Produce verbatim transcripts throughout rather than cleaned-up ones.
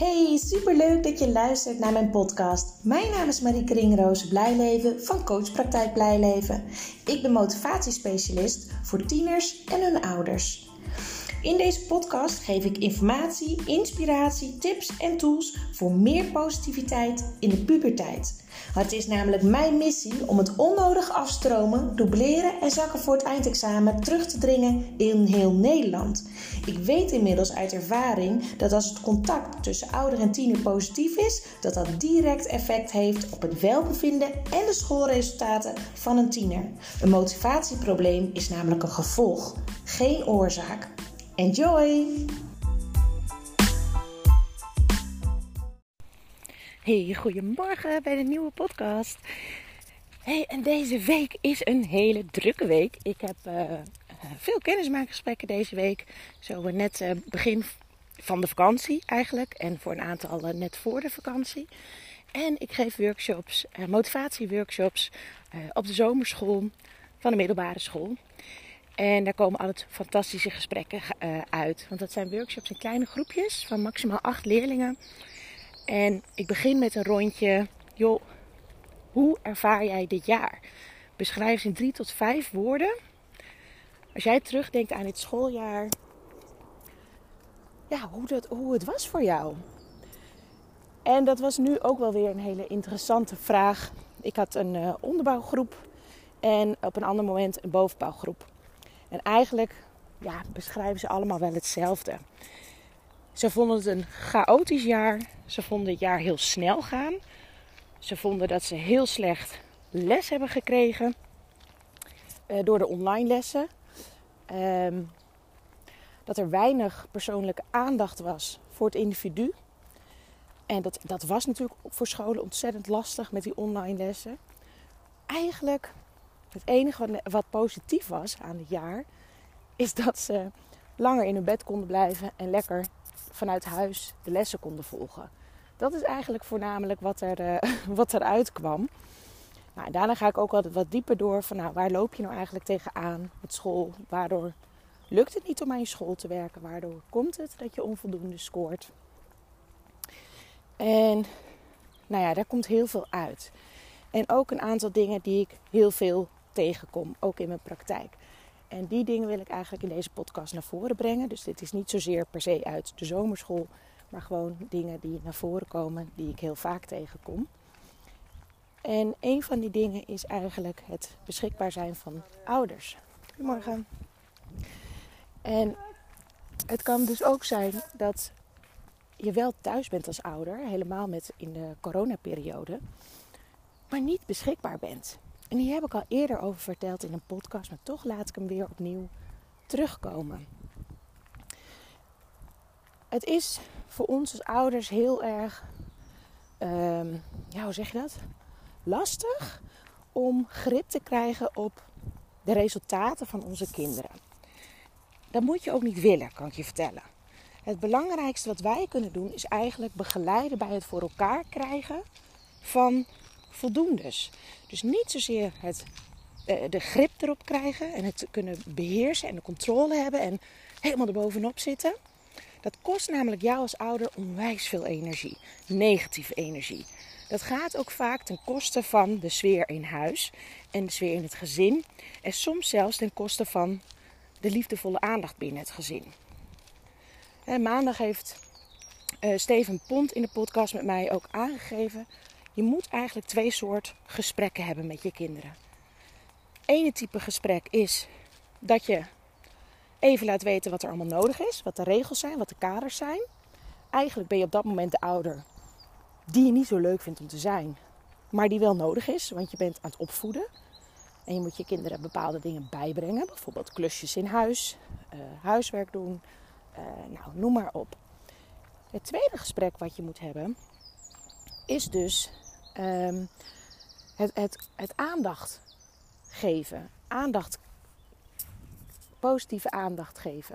Hey, superleuk dat je luistert naar mijn podcast. Mijn naam is Marieke Ringroos Blijleven van Coachpraktijk Blijleven. Ik ben motivatiespecialist voor tieners en hun ouders. In deze podcast geef ik informatie, inspiratie, tips en tools voor meer positiviteit in de puberteit. Het is namelijk mijn missie om het onnodig afstromen, dubleren en zakken voor het eindexamen terug te dringen in heel Nederland. Ik weet inmiddels uit ervaring dat als het contact tussen ouder en tiener positief is, dat dat direct effect heeft op het welbevinden en de schoolresultaten van een tiener. Een motivatieprobleem is namelijk een gevolg, geen oorzaak. Enjoy! Hey, goedemorgen bij de nieuwe podcast. Hey, en deze week is een hele drukke week. Ik heb uh, veel kennismakingsgesprekken deze week. Zo uh, net uh, begin van de vakantie eigenlijk. En voor een aantal uh, net voor de vakantie. En ik geef workshops, uh, motivatieworkshops uh, op de zomerschool van de middelbare school. En daar komen altijd fantastische gesprekken uh, uit. Want dat zijn workshops in kleine groepjes van maximaal acht leerlingen. En ik begin met een rondje. Joh, hoe ervaar jij dit jaar? Beschrijf eens in drie tot vijf woorden. Als jij terugdenkt aan dit schooljaar. Ja, hoe, dat, hoe het was voor jou. En dat was nu ook wel weer een hele interessante vraag. Ik had een uh, onderbouwgroep. En op een ander moment een bovenbouwgroep. En eigenlijk ja, beschrijven ze allemaal wel hetzelfde. Ze vonden het een chaotisch jaar. Ze vonden het jaar heel snel gaan. Ze vonden dat ze heel slecht les hebben gekregen. Uh, door de online lessen. Um, dat er weinig persoonlijke aandacht was voor het individu. En dat, dat was natuurlijk voor scholen ontzettend lastig met die online lessen. Eigenlijk het enige wat, wat positief was aan het jaar, is dat ze langer in hun bed konden blijven en lekker vanuit huis de lessen konden volgen. Dat is eigenlijk voornamelijk wat, er, uh, wat eruit kwam. Nou, en daarna ga ik ook wat, wat dieper door van nou, waar loop je nou eigenlijk tegenaan met school? Waardoor lukt het niet om aan je school te werken? Waardoor komt het dat je onvoldoende scoort? En nou ja, daar komt heel veel uit. En ook een aantal dingen die ik heel veel tegenkom, ook in mijn praktijk. En die dingen wil ik eigenlijk in deze podcast naar voren brengen. Dus dit is niet zozeer per se uit de zomerschool, maar gewoon dingen die naar voren komen, die ik heel vaak tegenkom. En een van die dingen is eigenlijk het beschikbaar zijn van ouders. Goedemorgen. En het kan dus ook zijn dat je wel thuis bent als ouder, helemaal met in de coronaperiode, maar niet beschikbaar bent. En hier heb ik al eerder over verteld in een podcast, maar toch laat ik hem weer opnieuw terugkomen. Het is voor ons als ouders heel erg, um, ja, hoe zeg je dat? Lastig om grip te krijgen op de resultaten van onze kinderen. Dat moet je ook niet willen, kan ik je vertellen. Het belangrijkste wat wij kunnen doen is eigenlijk begeleiden bij het voor elkaar krijgen van voldoendes. Dus niet zozeer het, uh, de grip erop krijgen en het kunnen beheersen en de controle hebben en helemaal erbovenop zitten. Dat kost namelijk jou als ouder onwijs veel energie, negatieve energie. Dat gaat ook vaak ten koste van de sfeer in huis en de sfeer in het gezin. En soms zelfs ten koste van de liefdevolle aandacht binnen het gezin. En maandag heeft uh, Steven Pont in de podcast met mij ook aangegeven. Je moet eigenlijk twee soorten gesprekken hebben met je kinderen. Ene type gesprek is dat je even laat weten wat er allemaal nodig is. Wat de regels zijn, wat de kaders zijn. Eigenlijk ben je op dat moment de ouder die je niet zo leuk vindt om te zijn. Maar die wel nodig is, want je bent aan het opvoeden. En je moet je kinderen bepaalde dingen bijbrengen. Bijvoorbeeld klusjes in huis, uh, huiswerk doen, uh, nou, noem maar op. Het tweede gesprek wat je moet hebben is dus um, het, het, het aandacht geven. Aandacht, positieve aandacht geven.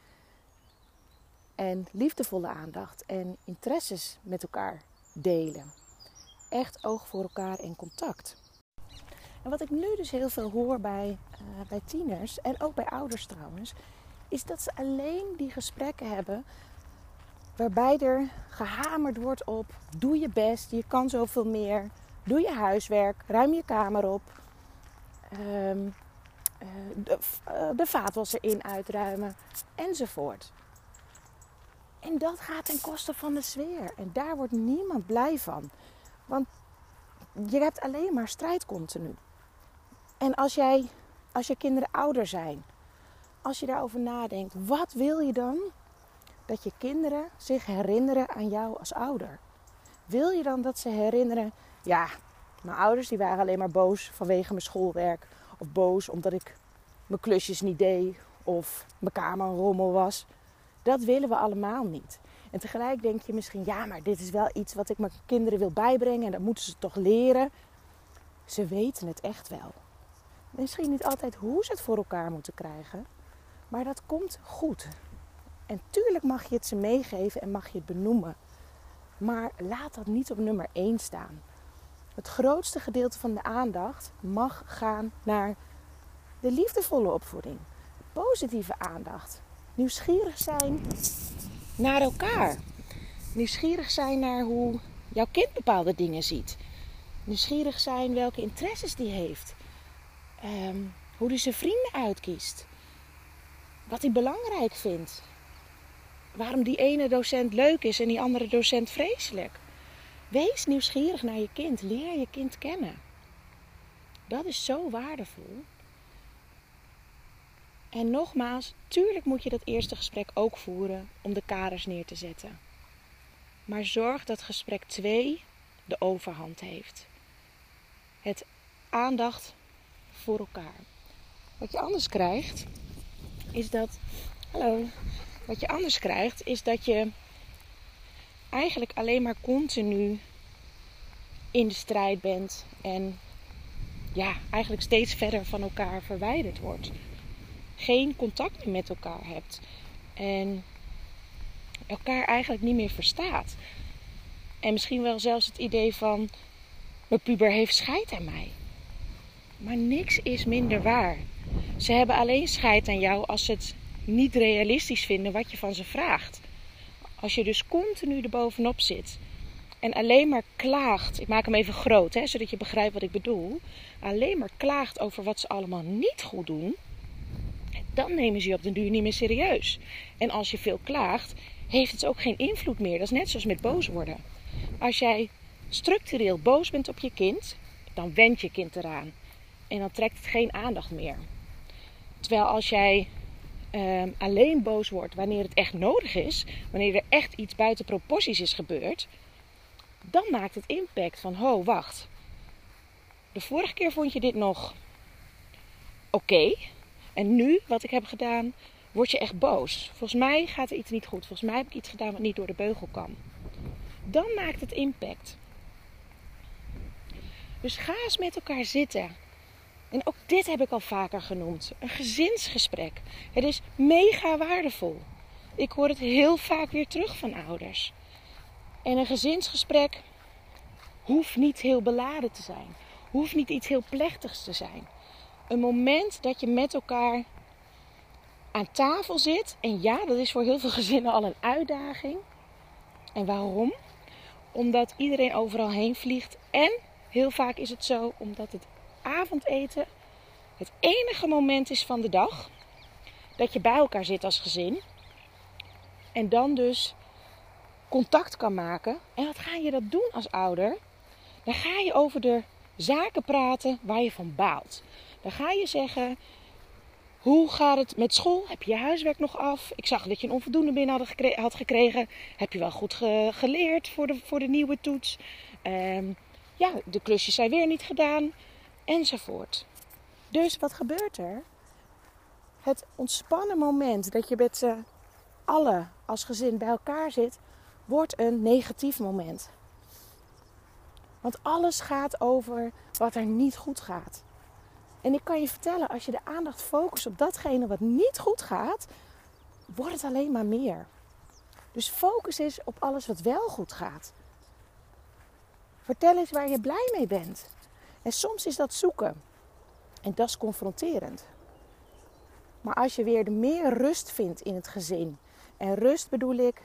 En liefdevolle aandacht en interesses met elkaar delen. Echt oog voor elkaar en contact. En wat ik nu dus heel veel hoor bij, uh, bij tieners en ook bij ouders trouwens, is dat ze alleen die gesprekken hebben waarbij er gehamerd wordt op, doe je best, je kan zoveel meer, doe je huiswerk, ruim je kamer op, um, uh, de, uh, de vaatwasser in uitruimen, enzovoort. En dat gaat ten koste van de sfeer. En daar wordt niemand blij van. Want je hebt alleen maar strijd continu. En als jij, als je kinderen ouder zijn, als je daarover nadenkt, wat wil je dan? Dat je kinderen zich herinneren aan jou als ouder. Wil je dan dat ze herinneren, ja, mijn ouders die waren alleen maar boos vanwege mijn schoolwerk. Of boos omdat ik mijn klusjes niet deed of mijn kamer een rommel was. Dat willen we allemaal niet. En tegelijk denk je misschien, ja, maar dit is wel iets wat ik mijn kinderen wil bijbrengen en dat moeten ze toch leren. Ze weten het echt wel. Misschien niet altijd hoe ze het voor elkaar moeten krijgen, maar dat komt goed. En tuurlijk mag je het ze meegeven en mag je het benoemen. Maar laat dat niet op nummer één staan. Het grootste gedeelte van de aandacht mag gaan naar de liefdevolle opvoeding. Positieve aandacht. Nieuwsgierig zijn naar elkaar. Nieuwsgierig zijn naar hoe jouw kind bepaalde dingen ziet. Nieuwsgierig zijn welke interesses die heeft. Um, hoe hij zijn vrienden uitkiest. Wat hij belangrijk vindt. Waarom die ene docent leuk is en die andere docent vreselijk. Wees nieuwsgierig naar je kind. Leer je kind kennen. Dat is zo waardevol. En nogmaals, tuurlijk moet je dat eerste gesprek ook voeren om de kaders neer te zetten. Maar zorg dat gesprek twee de overhand heeft. Het aandacht voor elkaar. Wat je anders krijgt, is dat... Hallo. Wat je anders krijgt, is dat je eigenlijk alleen maar continu in de strijd bent. En ja, eigenlijk steeds verder van elkaar verwijderd wordt. Geen contact meer met elkaar hebt. En elkaar eigenlijk niet meer verstaat. En misschien wel zelfs het idee van, mijn puber heeft scheid aan mij. Maar niks is minder waar. Ze hebben alleen scheid aan jou als ze het niet realistisch vinden wat je van ze vraagt. Als je dus continu erbovenop zit en alleen maar klaagt, ik maak hem even groot, hè, zodat je begrijpt wat ik bedoel. Alleen maar klaagt over wat ze allemaal niet goed doen, dan nemen ze je op den duur niet meer serieus. En als je veel klaagt, heeft het ook geen invloed meer. Dat is net zoals met boos worden. Als jij structureel boos bent op je kind, dan wendt je kind eraan. En dan trekt het geen aandacht meer. Terwijl als jij uh, alleen boos wordt wanneer het echt nodig is, wanneer er echt iets buiten proporties is gebeurd, dan maakt het impact van, ho, wacht. De vorige keer vond je dit nog oké. Okay, en nu, wat ik heb gedaan, word je echt boos. Volgens mij gaat er iets niet goed. Volgens mij heb ik iets gedaan wat niet door de beugel kan. Dan maakt het impact. Dus ga eens met elkaar zitten. En ook dit heb ik al vaker genoemd. Een gezinsgesprek. Het is mega waardevol. Ik hoor het heel vaak weer terug van ouders. En een gezinsgesprek hoeft niet heel beladen te zijn. Hoeft niet iets heel plechtigs te zijn. Een moment dat je met elkaar aan tafel zit. En ja, dat is voor heel veel gezinnen al een uitdaging. En waarom? Omdat iedereen overal heen vliegt. En heel vaak is het zo omdat het avondeten het enige moment is van de dag dat je bij elkaar zit als gezin. En dan dus contact kan maken. En wat ga je dat doen als ouder? Dan ga je over de zaken praten waar je van baalt. Dan ga je zeggen, hoe gaat het met school? Heb je je huiswerk nog af? Ik zag dat je een onvoldoende binnen had gekregen. Heb je wel goed ge- geleerd voor de, voor de nieuwe toets? Um, ja, de klusjes zijn weer niet gedaan. Enzovoort. Dus wat gebeurt er? Het ontspannen moment dat je met z'n allen als gezin bij elkaar zit, wordt een negatief moment. Want alles gaat over wat er niet goed gaat. En ik kan je vertellen, als je de aandacht focust op datgene wat niet goed gaat, wordt het alleen maar meer. Dus focus eens op alles wat wel goed gaat. Vertel eens waar je blij mee bent. En soms is dat zoeken. En dat is confronterend. Maar als je weer meer rust vindt in het gezin. En rust bedoel ik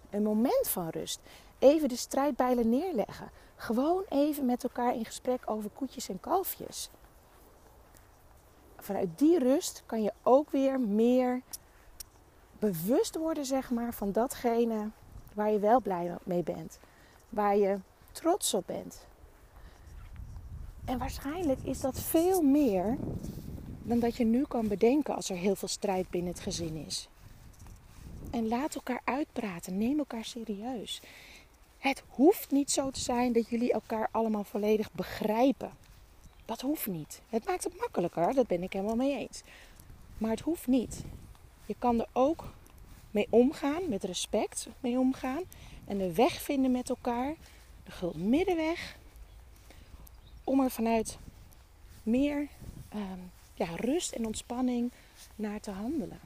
Een moment van rust. Even de strijdbijlen neerleggen. Gewoon even met elkaar in gesprek over koetjes en kalfjes. Vanuit die rust kan je ook weer meer bewust worden, zeg maar, van datgene waar je wel blij mee bent. Waar je trots op bent. En waarschijnlijk is dat veel meer dan dat je nu kan bedenken als er heel veel strijd binnen het gezin is. En laat elkaar uitpraten. Neem elkaar serieus. Het hoeft niet zo te zijn dat jullie elkaar allemaal volledig begrijpen. Dat hoeft niet. Het maakt het makkelijker, dat ben ik helemaal mee eens. Maar het hoeft niet. Je kan er ook mee omgaan, met respect mee omgaan. En de weg vinden met elkaar, de gulden middenweg. Om er vanuit meer um, ja, rust en ontspanning naar te handelen.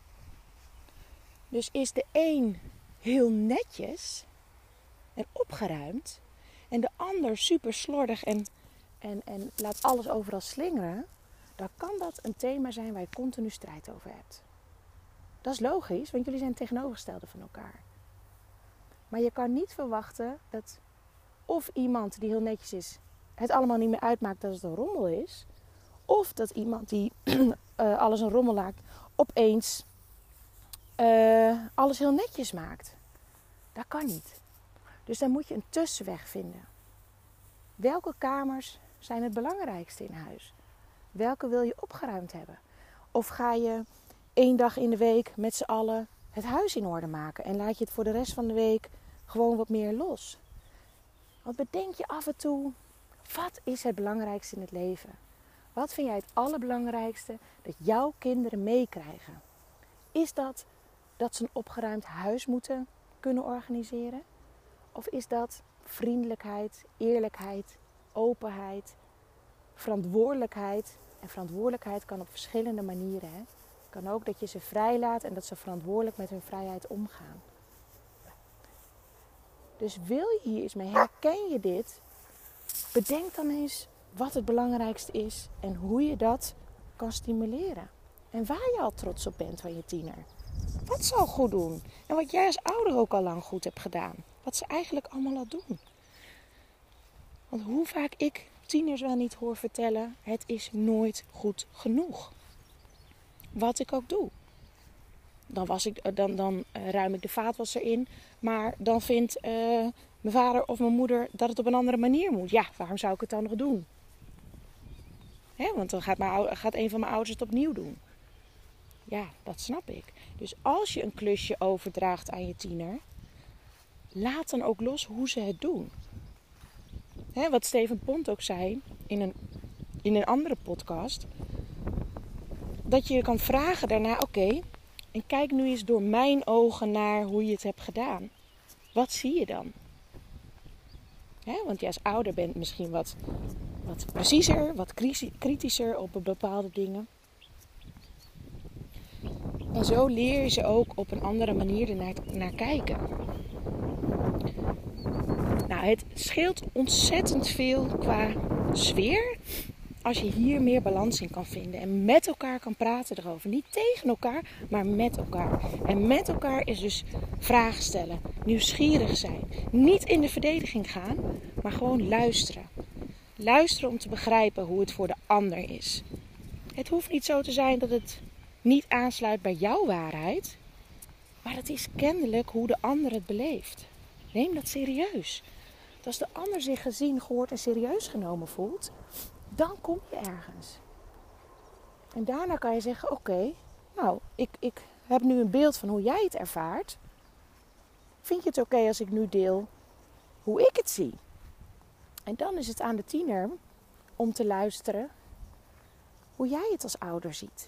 Dus is de een heel netjes en opgeruimd. En de ander super slordig en, en, en laat alles overal slingeren. Dan kan dat een thema zijn waar je continu strijd over hebt. Dat is logisch, want jullie zijn tegenovergestelden van elkaar. Maar je kan niet verwachten dat of iemand die heel netjes is het allemaal niet meer uitmaakt dat het een rommel is. Of dat iemand die uh, alles een rommel maakt opeens uh, alles heel netjes maakt. Dat kan niet. Dus dan moet je een tussenweg vinden. Welke kamers zijn het belangrijkste in huis? Welke wil je opgeruimd hebben? Of ga je één dag in de week met z'n allen het huis in orde maken en laat je het voor de rest van de week gewoon wat meer los? Want bedenk je af en toe, wat is het belangrijkste in het leven? Wat vind jij het allerbelangrijkste dat jouw kinderen meekrijgen? Is dat dat ze een opgeruimd huis moeten kunnen organiseren? Of is dat vriendelijkheid, eerlijkheid, openheid, verantwoordelijkheid? En verantwoordelijkheid kan op verschillende manieren. Hè? Het kan ook dat je ze vrijlaat en dat ze verantwoordelijk met hun vrijheid omgaan. Dus wil je hier eens mee, herken je dit? Bedenk dan eens wat het belangrijkste is en hoe je dat kan stimuleren. En waar je al trots op bent van je tiener. Wat ze al goed doen. En wat jij als ouder ook al lang goed hebt gedaan. Wat ze eigenlijk allemaal al doen. Want hoe vaak ik tieners wel niet hoor vertellen, het is nooit goed genoeg. Wat ik ook doe. Dan, was ik, dan, dan uh, ruim ik de vaatwasser in. Maar dan vindt uh, mijn vader of mijn moeder dat het op een andere manier moet. Ja, waarom zou ik het dan nog doen? Hè, want dan gaat, mijn, gaat een van mijn ouders het opnieuw doen. Ja, dat snap ik. Dus als je een klusje overdraagt aan je tiener, laat dan ook los hoe ze het doen. Hè, wat Steven Pont ook zei in een, in een andere podcast. Dat je kan vragen daarna, oké, okay, en kijk nu eens door mijn ogen naar hoe je het hebt gedaan. Wat zie je dan? Hè, want je als ouder bent misschien wat, wat preciezer, wat kritischer op bepaalde dingen. En zo leer je ze ook op een andere manier ernaar naar kijken. Nou, het scheelt ontzettend veel qua sfeer als je hier meer balans in kan vinden. En met elkaar kan praten erover. Niet tegen elkaar, maar met elkaar. En met elkaar is dus vragen stellen. Nieuwsgierig zijn. Niet in de verdediging gaan, maar gewoon luisteren. Luisteren om te begrijpen hoe het voor de ander is. Het hoeft niet zo te zijn dat het niet aansluit bij jouw waarheid. Maar het is kennelijk hoe de ander het beleeft. Neem dat serieus. Want als de ander zich gezien, gehoord en serieus genomen voelt, dan kom je ergens. En daarna kan je zeggen, oké, okay, nou, ik, ik heb nu een beeld van hoe jij het ervaart. Vind je het oké okay als ik nu deel hoe ik het zie? En dan is het aan de tiener om te luisteren hoe jij het als ouder ziet.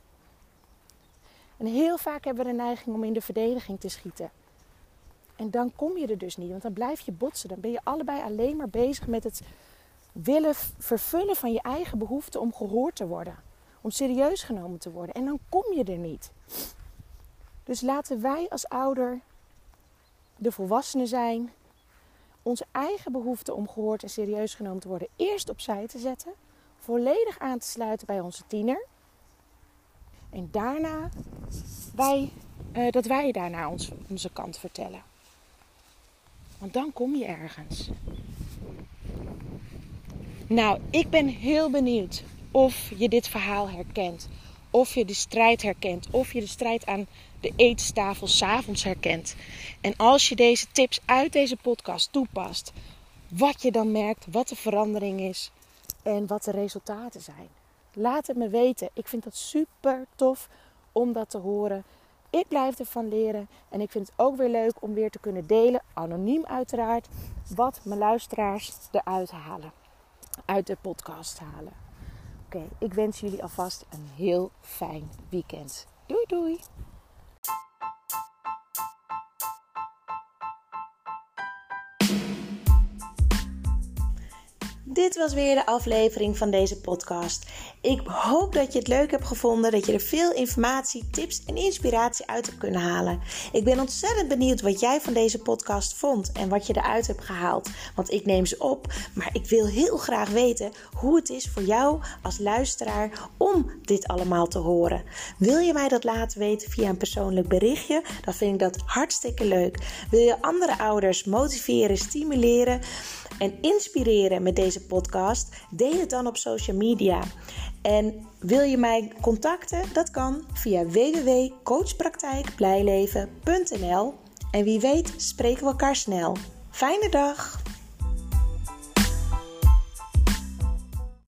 En heel vaak hebben we de neiging om in de verdediging te schieten. En dan kom je er dus niet, want dan blijf je botsen. Dan ben je allebei alleen maar bezig met het willen vervullen van je eigen behoefte om gehoord te worden. Om serieus genomen te worden. En dan kom je er niet. Dus laten wij als ouder de volwassenen zijn. Onze eigen behoefte om gehoord en serieus genomen te worden eerst opzij te zetten. Volledig aan te sluiten bij onze tiener. En daarna wij, uh, dat wij daarna ons, onze kant vertellen. Want dan kom je ergens. Nou, ik ben heel benieuwd of je dit verhaal herkent. Of je de strijd herkent. Of je de strijd aan de eetstafel 's avonds herkent. En als je deze tips uit deze podcast toepast, wat je dan merkt, wat de verandering is en wat de resultaten zijn. Laat het me weten. Ik vind dat super tof om dat te horen. Ik blijf ervan leren en ik vind het ook weer leuk om weer te kunnen delen, anoniem uiteraard, wat mijn luisteraars eruit halen. Uit de podcast halen. Oké, okay, ik wens jullie alvast een heel fijn weekend. Doei doei! Dit was weer de aflevering van deze podcast. Ik hoop dat je het leuk hebt gevonden, dat je er veel informatie, tips en inspiratie uit hebt kunnen halen. Ik ben ontzettend benieuwd wat jij van deze podcast vond en wat je eruit hebt gehaald. Want ik neem ze op, maar ik wil heel graag weten hoe het is voor jou als luisteraar om dit allemaal te horen. Wil je mij dat laten weten via een persoonlijk berichtje? Dan vind ik dat hartstikke leuk. Wil je andere ouders motiveren, stimuleren en inspireren met deze podcast? Deel het dan op social media. En wil je mij contacten? Dat kan via w w w punt coachpraktijk blijleven punt n l. En wie weet spreken we elkaar snel. Fijne dag!